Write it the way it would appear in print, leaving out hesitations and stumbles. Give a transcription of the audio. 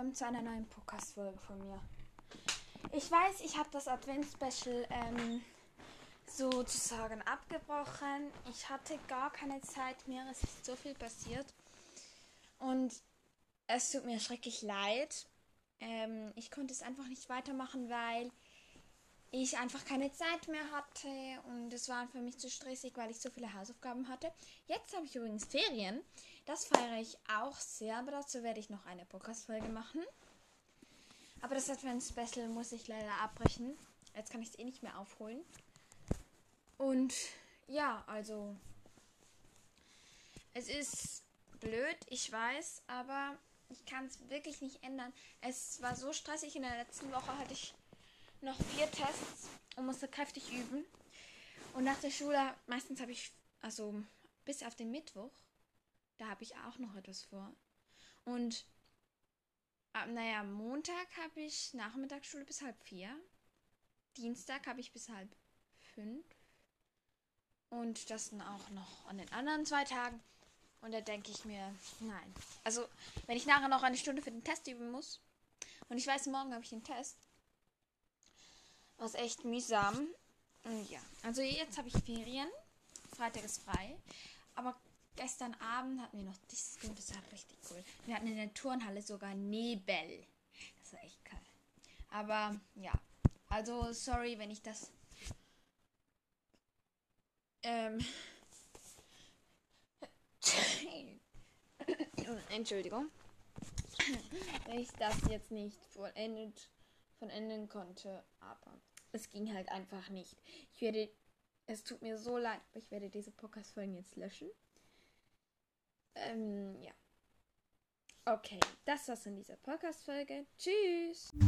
willkommen zu einer neuen Podcast-Folge von mir. Ich weiß, ich habe das Advents-Special sozusagen abgebrochen. Ich hatte gar keine Zeit mehr, es ist so viel passiert. Und es tut mir schrecklich leid. Ich konnte es einfach nicht weitermachen, weil ich einfach keine Zeit mehr hatte und es war für mich zu stressig, weil ich so viele Hausaufgaben hatte. Jetzt habe ich übrigens Ferien. Das feiere ich auch sehr, aber dazu werde ich noch eine Podcast-Folge machen. Aber das Advents-Special muss ich leider abbrechen. Jetzt kann ich es eh nicht mehr aufholen. Und ja, also es ist blöd, ich weiß, aber ich kann es wirklich nicht ändern. Es war so stressig, in der letzten Woche hatte ich noch 4 Tests und musste kräftig üben. Und nach der Schule, meistens habe ich, also bis auf den Mittwoch, da habe ich auch noch etwas vor. Und Montag habe ich Nachmittagsschule bis 3:30. Dienstag habe ich bis 4:30. Und das dann auch noch an den anderen 2 Tagen. Und da denke ich mir, nein. Also, wenn ich nachher noch eine Stunde für den Test üben muss und ich weiß, morgen habe ich den Test, was echt mühsam. Und ja, also jetzt habe ich Ferien. Freitag ist frei. Aber gestern Abend hatten wir noch dieses Grund, das war richtig cool. Wir hatten in der Turnhalle sogar Nebel. Das war echt geil. Aber ja, also sorry, wenn ich das Entschuldigung. Wenn ich das jetzt nicht vollenden konnte, aber es ging halt einfach nicht. Es tut mir so leid, aber ich werde diese Podcast-Folgen jetzt löschen. Ja. Okay, das war's in dieser Podcast-Folge. Tschüss!